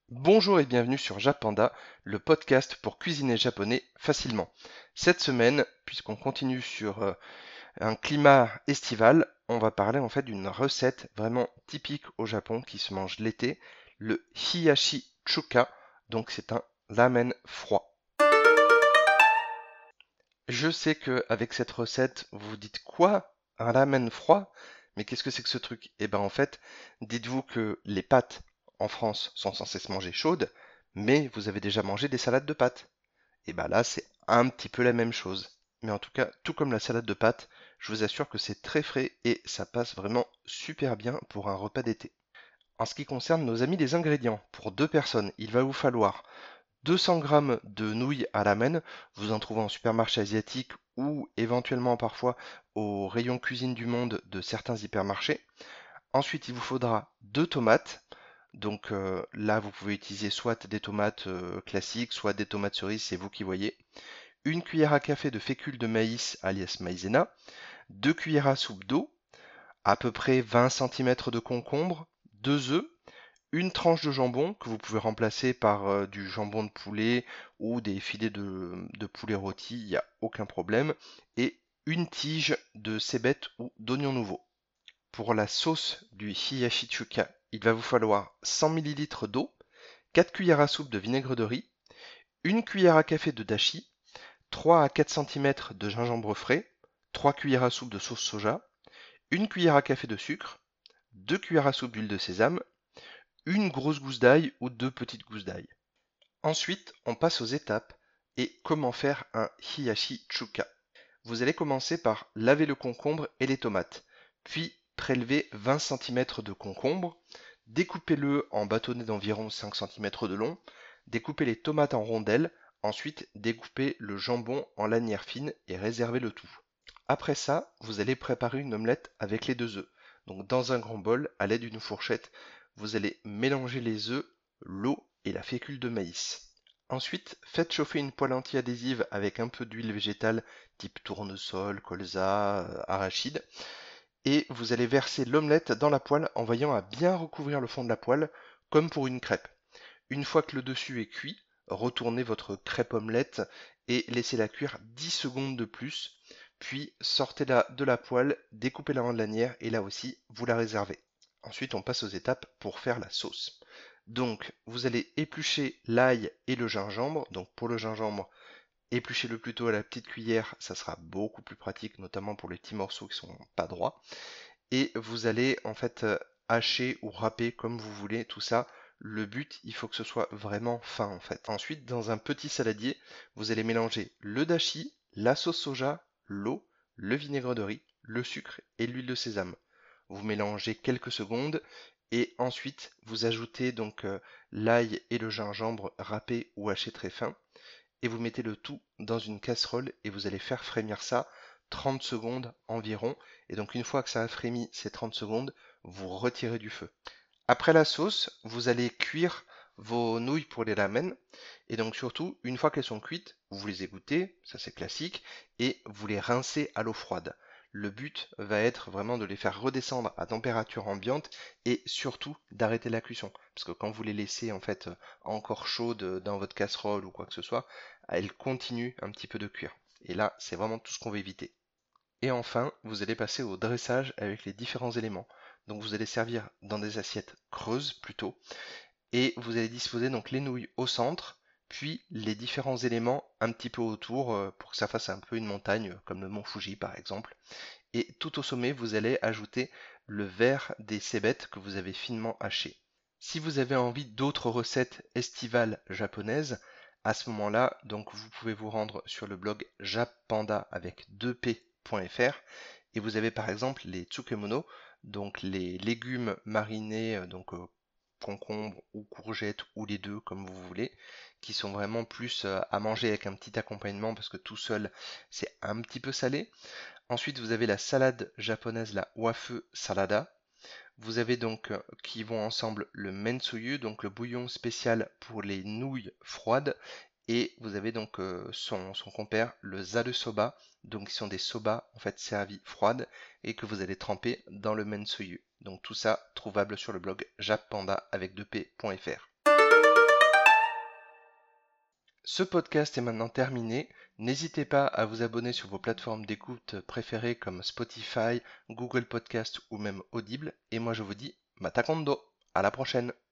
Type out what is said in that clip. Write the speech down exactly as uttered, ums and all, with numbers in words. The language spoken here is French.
Bonjour et bienvenue sur Japanda, le podcast pour cuisiner japonais facilement. Cette semaine, puisqu'on continue sur euh, un climat estival, on va parler en fait d'une recette vraiment typique au Japon qui se mange l'été, le hiyashi chuka, donc c'est un ramen froid. Je sais que avec cette recette, vous vous dites quoi? Un ramen froid? Mais qu'est-ce que c'est que ce truc? Eh ben en fait, dites-vous que les pâtes en France sont censées se manger chaudes, mais vous avez déjà mangé des salades de pâtes. Et ben là, c'est un petit peu la même chose. Mais en tout cas, tout comme la salade de pâtes, je vous assure que c'est très frais et ça passe vraiment super bien pour un repas d'été. En ce qui concerne nos amis les ingrédients, pour deux personnes, il va vous falloir deux cents grammes de nouilles à ramen, vous en trouvez en supermarché asiatique ou éventuellement parfois au rayon cuisine du monde de certains hypermarchés. Ensuite, il vous faudra deux tomates. Donc euh, là, vous pouvez utiliser soit des tomates euh, classiques, soit des tomates cerises, c'est vous qui voyez. Une cuillère à café de fécule de maïs alias maïzena, deux cuillères à soupe d'eau, à peu près vingt centimètres de concombre, deux œufs, une tranche de jambon que vous pouvez remplacer par euh, du jambon de poulet ou des filets de, de poulet rôti, il n'y a aucun problème, et une tige de cébette ou d'oignon nouveau. Pour la sauce du hiyashi chuka, il va vous falloir cent millilitres d'eau, quatre cuillères à soupe de vinaigre de riz, une cuillère à café de dashi, trois à quatre centimètres de gingembre frais, trois cuillères à soupe de sauce soja, une cuillère à café de sucre, deux cuillères à soupe d'huile de sésame, une grosse gousse d'ail ou deux petites gousses d'ail. Ensuite, on passe aux étapes et comment faire un hiyashi chuka. Vous allez commencer par laver le concombre et les tomates, puis prélever vingt centimètres de concombre, découpez-le en bâtonnets d'environ cinq centimètres de long, découpez les tomates en rondelles, ensuite découpez le jambon en lanières fines et réservez le tout. Après ça, vous allez préparer une omelette avec les deux œufs. Donc dans un grand bol, à l'aide d'une fourchette, vous allez mélanger les œufs, l'eau et la fécule de maïs. Ensuite, faites chauffer une poêle anti-adhésive avec un peu d'huile végétale type tournesol, colza, euh, arachide, et vous allez verser l'omelette dans la poêle en veillant à bien recouvrir le fond de la poêle comme pour une crêpe. Une fois que le dessus est cuit, retournez votre crêpe omelette et laissez-la cuire dix secondes de plus, puis sortez-la de la poêle, découpez-la en lanières et là aussi vous la réservez. Ensuite, on passe aux étapes pour faire la sauce. Donc, vous allez éplucher l'ail et le gingembre. Donc, pour le gingembre, épluchez-le plutôt à la petite cuillère, ça sera beaucoup plus pratique, notamment pour les petits morceaux qui sont pas droits. Et vous allez en fait euh, hacher ou râper comme vous voulez tout ça. Le but, il faut que ce soit vraiment fin en fait. Ensuite, dans un petit saladier, vous allez mélanger le dashi, la sauce soja, l'eau, le vinaigre de riz, le sucre et l'huile de sésame. Vous mélangez quelques secondes et ensuite vous ajoutez donc euh, l'ail et le gingembre râpés ou hachés très fins et vous mettez le tout dans une casserole et vous allez faire frémir ça trente secondes environ. Et donc une fois que ça a frémi ces trente secondes, vous retirez du feu. Après la sauce, vous allez cuire vos nouilles pour les ramen. Et donc surtout, une fois qu'elles sont cuites, vous les égouttez, ça c'est classique, et vous les rincez à l'eau froide. Le but va être vraiment de les faire redescendre à température ambiante et surtout d'arrêter la cuisson. Parce que quand vous les laissez en fait encore chaudes dans votre casserole ou quoi que ce soit, elles continuent un petit peu de cuire. Et là, c'est vraiment tout ce qu'on veut éviter. Et enfin, vous allez passer au dressage avec les différents éléments. Donc vous allez servir dans des assiettes creuses plutôt, et vous allez disposer donc les nouilles au centre, puis les différents éléments un petit peu autour euh, pour que ça fasse un peu une montagne, comme le mont Fuji par exemple. Et tout au sommet, vous allez ajouter le verre des cébettes que vous avez finement haché. Si vous avez envie d'autres recettes estivales japonaises, à ce moment-là, donc vous pouvez vous rendre sur le blog jappanda avec deux p.fr et vous avez par exemple les tsukemono, donc les légumes marinés, euh, donc euh, concombres ou courgettes ou les deux comme vous voulez, qui sont vraiment plus euh, à manger avec un petit accompagnement parce que tout seul c'est un petit peu salé. Ensuite, vous avez la salade japonaise, la wafu salada. Vous avez donc euh, qui vont ensemble le mensuyu, donc le bouillon spécial pour les nouilles froides, et vous avez donc euh, son, son compère, le zaru soba, donc qui sont des soba en fait servis froides et que vous allez tremper dans le mensuyu. Donc tout ça trouvable sur le blog jappanda avec deux p.fr. Ce podcast est maintenant terminé. N'hésitez pas à vous abonner sur vos plateformes d'écoute préférées comme Spotify, Google Podcast ou même Audible. Et moi je vous dis Matakondo. À la prochaine.